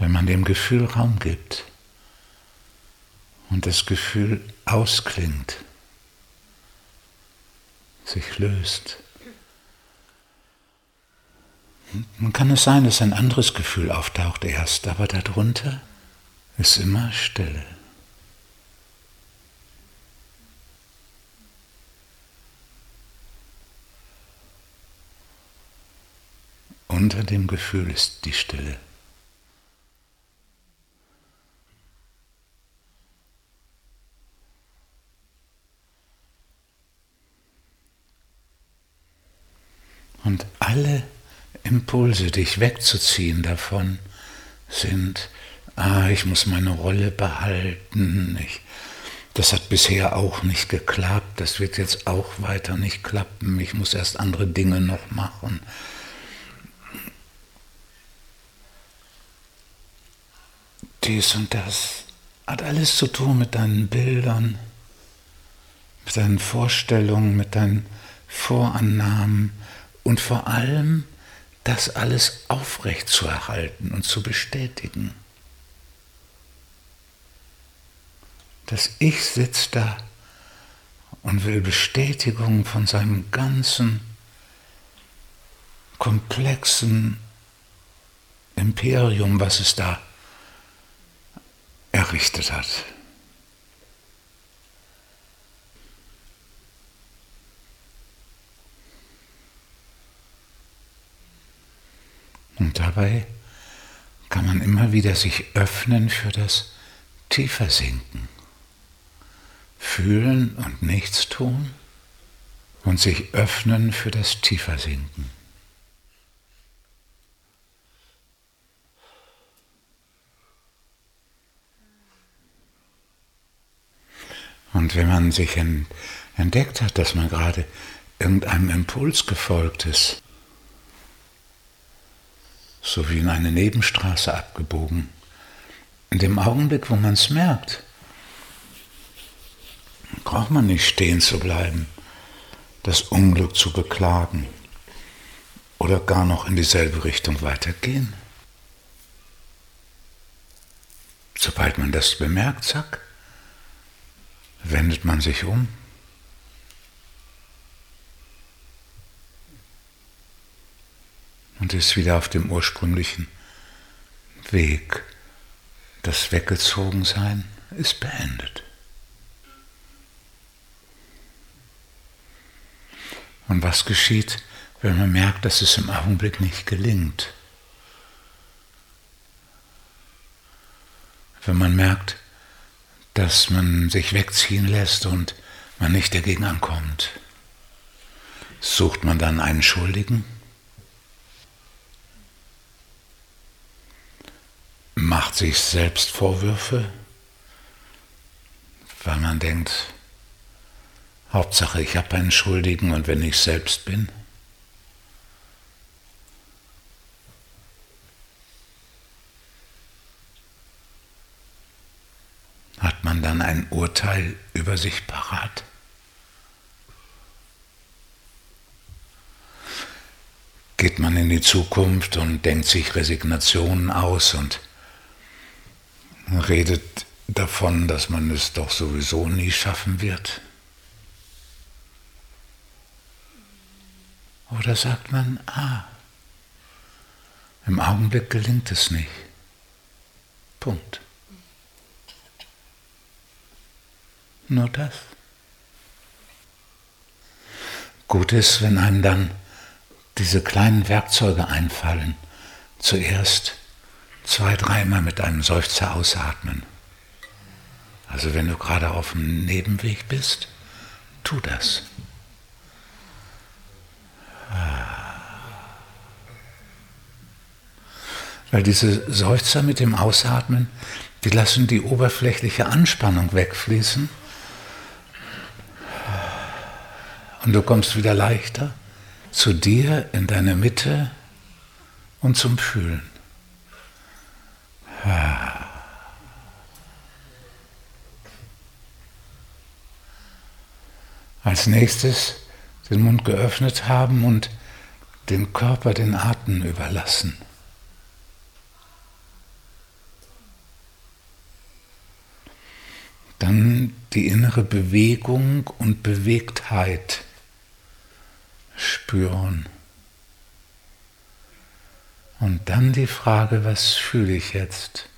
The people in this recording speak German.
wenn man dem Gefühl Raum gibt und das Gefühl ausklingt, sich löst. Dann kann es sein, dass ein anderes Gefühl auftaucht erst, aber darunter ist immer Stille. Unter dem Gefühl ist die Stille. Und alle Impulse, dich wegzuziehen davon, sind, ich muss meine Rolle behalten, das hat bisher auch nicht geklappt, das wird jetzt auch weiter nicht klappen, ich muss erst andere Dinge noch machen. Dies und das hat alles zu tun mit deinen Bildern, mit deinen Vorstellungen, mit deinen Vorannahmen und vor allem das alles aufrechtzuerhalten und zu bestätigen. Das Ich sitzt da und will Bestätigung von seinem ganzen komplexen Imperium, was es da errichtet hat. Und dabei kann man immer wieder sich öffnen für das Tiefersinken. Fühlen und nichts tun und sich öffnen für das Tiefersinken. Und wenn man sich entdeckt hat, dass man gerade irgendeinem Impuls gefolgt ist, so wie in eine Nebenstraße abgebogen, in dem Augenblick, wo man es merkt, braucht man nicht stehen zu bleiben, das Unglück zu beklagen oder gar noch in dieselbe Richtung weitergehen. Sobald man das bemerkt, zack, wendet man sich um und ist wieder auf dem ursprünglichen Weg. Das Weggezogensein ist beendet. Und was geschieht, wenn man merkt, dass es im Augenblick nicht gelingt? Wenn man merkt, dass man sich wegziehen lässt und man nicht dagegen ankommt, sucht man dann einen Schuldigen? Macht sich selbst Vorwürfe, weil man denkt, Hauptsache ich habe einen Schuldigen und wenn ich selbst bin? Hat man dann ein Urteil über sich parat? Geht man in die Zukunft und denkt sich Resignationen aus und redet davon, dass man es doch sowieso nie schaffen wird? Oder sagt man, im Augenblick gelingt es nicht. Punkt. Nur das. Gut ist, wenn einem dann diese kleinen Werkzeuge einfallen. Zuerst 2-3 Mal mit einem Seufzer ausatmen. Also wenn du gerade auf dem Nebenweg bist, tu das. Weil diese Seufzer mit dem Ausatmen, die lassen die oberflächliche Anspannung wegfließen und du kommst wieder leichter zu dir, in deine Mitte und zum Fühlen. Als nächstes den Mund geöffnet haben und den Körper, den Atem überlassen. Dann die innere Bewegung und Bewegtheit spüren. Und dann die Frage, was fühle ich jetzt?